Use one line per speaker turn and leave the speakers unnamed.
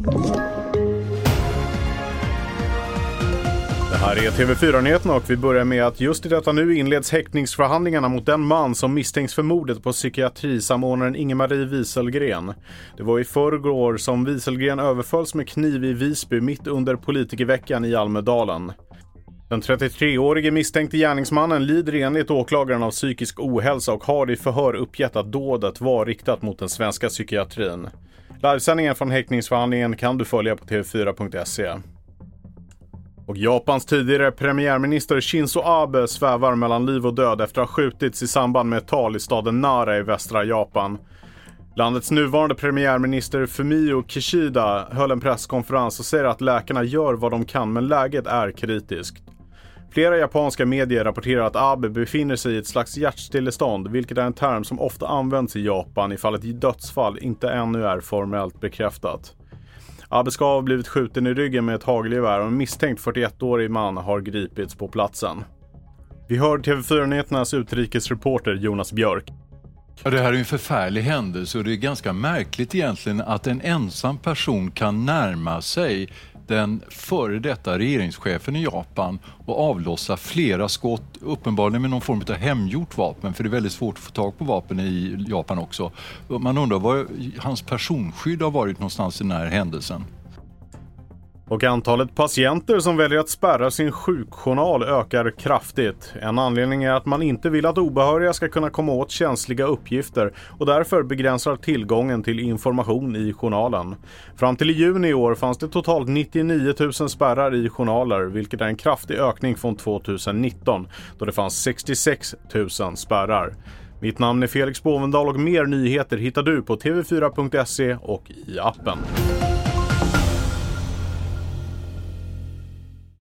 Det här är TV4-nyheterna och vi börjar med att just i detta nu inleds häktningsförhandlingarna mot den man som misstänks för mordet på psykiatrisamordnaren Inge-Marie Wieselgren. Det var i förrgår som Wieselgren överfölls med kniv i Visby mitt under politikerveckan i Almedalen. Den 33-årige misstänkte gärningsmannen lider enligt åklagaren av psykisk ohälsa och har i förhör uppgett att dådet var riktat mot den svenska psykiatrin. Livesändningen från häktningsförhandlingen kan du följa på tv4.se. Och Japans tidigare premiärminister Shinzo Abe svävar mellan liv och död efter att ha skjutits i samband med ett tal i staden Nara i västra Japan. Landets nuvarande premiärminister Fumio Kishida höll en presskonferens och säger att läkarna gör vad de kan men läget är kritiskt. Flera japanska medier rapporterar att Abe befinner sig i ett slags hjärtstillestånd, vilket är en term som ofta används i Japan ifall ett dödsfall inte ännu är formellt bekräftat. Abe ska ha blivit skjuten i ryggen med ett hagelgevär och en misstänkt 41-årig man har gripits på platsen. Vi hör TV4-nyheternas utrikesreporter Jonas Björk.
Ja, det här är en förfärlig händelse och det är ganska märkligt egentligen att en ensam person kan närma sig den före detta regeringschefen i Japan och avlossa flera skott, uppenbarligen med någon form av hemgjort vapen, för det är väldigt svårt att få tag på vapen i Japan också. Man undrar vad hans personskydd har varit någonstans i den här händelsen.
Och antalet patienter som väljer att spärra sin sjukjournal ökar kraftigt. En anledning är att man inte vill att obehöriga ska kunna komma åt känsliga uppgifter och därför begränsar tillgången till information i journalen. Fram till i juni i år fanns det totalt 99 000 spärrar i journaler, vilket är en kraftig ökning från 2019 då det fanns 66 000 spärrar. Mitt namn är Felix Bovendal och mer nyheter hittar du på tv4.se och i appen.